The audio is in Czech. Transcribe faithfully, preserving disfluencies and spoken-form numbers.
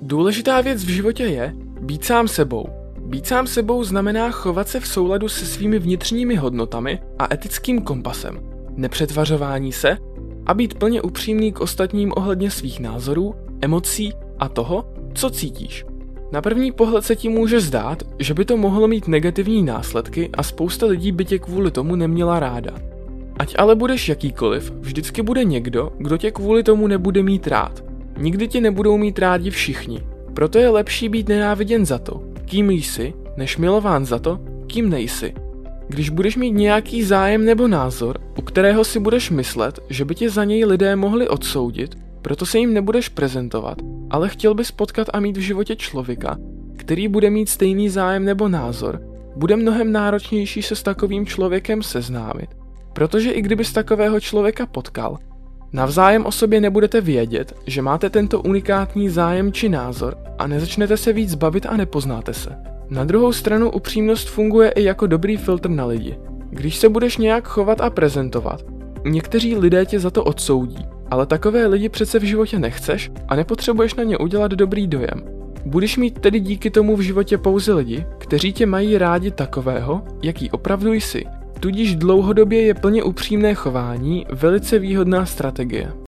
Důležitá věc v životě je být sám sebou. Být sám sebou znamená chovat se v souladu se svými vnitřními hodnotami a etickým kompasem, nepřetvařování se a být plně upřímný k ostatním ohledně svých názorů, emocí a toho, co cítíš. Na první pohled se ti může zdát, že by to mohlo mít negativní následky a spousta lidí by tě kvůli tomu neměla ráda. Ať ale budeš jakýkoliv, vždycky bude někdo, kdo tě kvůli tomu nebude mít rád. Nikdy tě nebudou mít rádi všichni. Proto je lepší být nenáviděn za to, kým jsi, než milován za to, kým nejsi. Když budeš mít nějaký zájem nebo názor, u kterého si budeš myslet, že by tě za něj lidé mohli odsoudit, proto se jim nebudeš prezentovat, ale chtěl bys potkat a mít v životě člověka, který bude mít stejný zájem nebo názor, bude mnohem náročnější se s takovým člověkem seznámit, protože i kdybys takového člověka potkal, navzájem o sobě nebudete vědět, že máte tento unikátní zájem či názor a nezačnete se víc bavit a nepoznáte se. Na druhou stranu upřímnost funguje i jako dobrý filtr na lidi. Když se budeš nějak chovat a prezentovat, někteří lidé tě za to odsoudí, ale takové lidi přece v životě nechceš a nepotřebuješ na ně udělat dobrý dojem. Budeš mít tedy díky tomu v životě pouze lidi, kteří tě mají rádi takového, jaký opravdu jsi. Tudíž dlouhodobě je plně upřímné chování velice výhodná strategie.